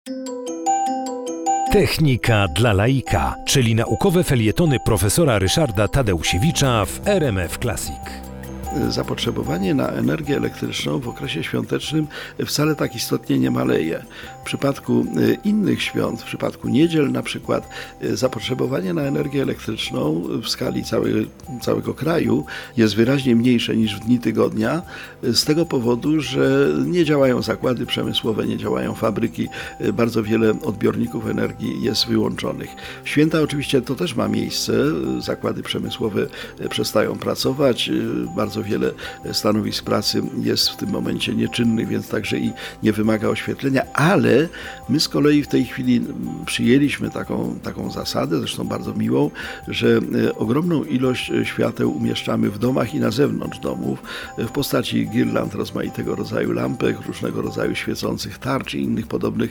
Technika dla laika, czyli naukowe felietony profesora Ryszarda Tadeusiewicza w RMF Classic. Zapotrzebowanie na energię elektryczną w okresie świątecznym wcale tak istotnie nie maleje. W przypadku innych świąt, w przypadku niedziel na przykład, zapotrzebowanie na energię elektryczną w skali całego kraju jest wyraźnie mniejsze niż w dni tygodnia, z tego powodu, że nie działają zakłady przemysłowe, nie działają fabryki, bardzo wiele odbiorników energii jest wyłączonych. W święta oczywiście to też ma miejsce, zakłady przemysłowe przestają pracować, bardzo wiele stanowisk pracy jest w tym momencie nieczynnych, więc także i nie wymaga oświetlenia, ale my z kolei w tej chwili przyjęliśmy taką zasadę, zresztą bardzo miłą, że ogromną ilość świateł umieszczamy w domach i na zewnątrz domów w postaci girland, rozmaitego rodzaju lampek, różnego rodzaju świecących tarcz i innych podobnych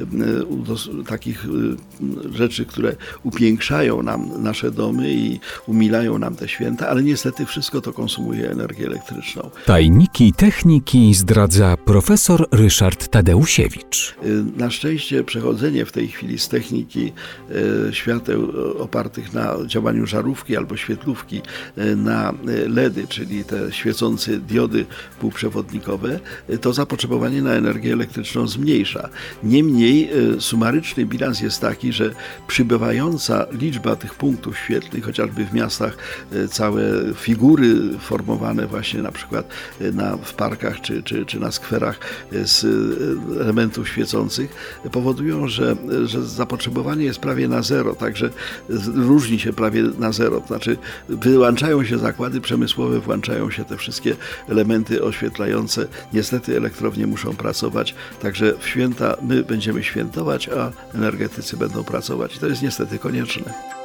takich rzeczy, które upiększają nam nasze domy i umilają nam te święta, ale niestety wszystko to konsumuje energię elektryczną. Tajniki techniki zdradza profesor Ryszard Tadeusiewicz. Na szczęście przechodzenie w tej chwili z techniki świateł opartych na działaniu żarówki albo świetlówki na LEDy, czyli te świecące diody półprzewodnikowe, to zapotrzebowanie na energię elektryczną zmniejsza. Niemniej sumaryczny bilans jest taki, że przybywająca liczba tych punktów świetlnych, chociażby w miastach całe figury formowane właśnie na przykład w parkach czy na skwerach z elementów świecących, powodują, że zapotrzebowanie jest prawie na zero, także różni się prawie na zero, to znaczy wyłączają się zakłady przemysłowe, włączają się te wszystkie elementy oświetlające. Niestety elektrownie muszą pracować, także w święta my będziemy świętować, a energetycy będą pracować i to jest niestety konieczne.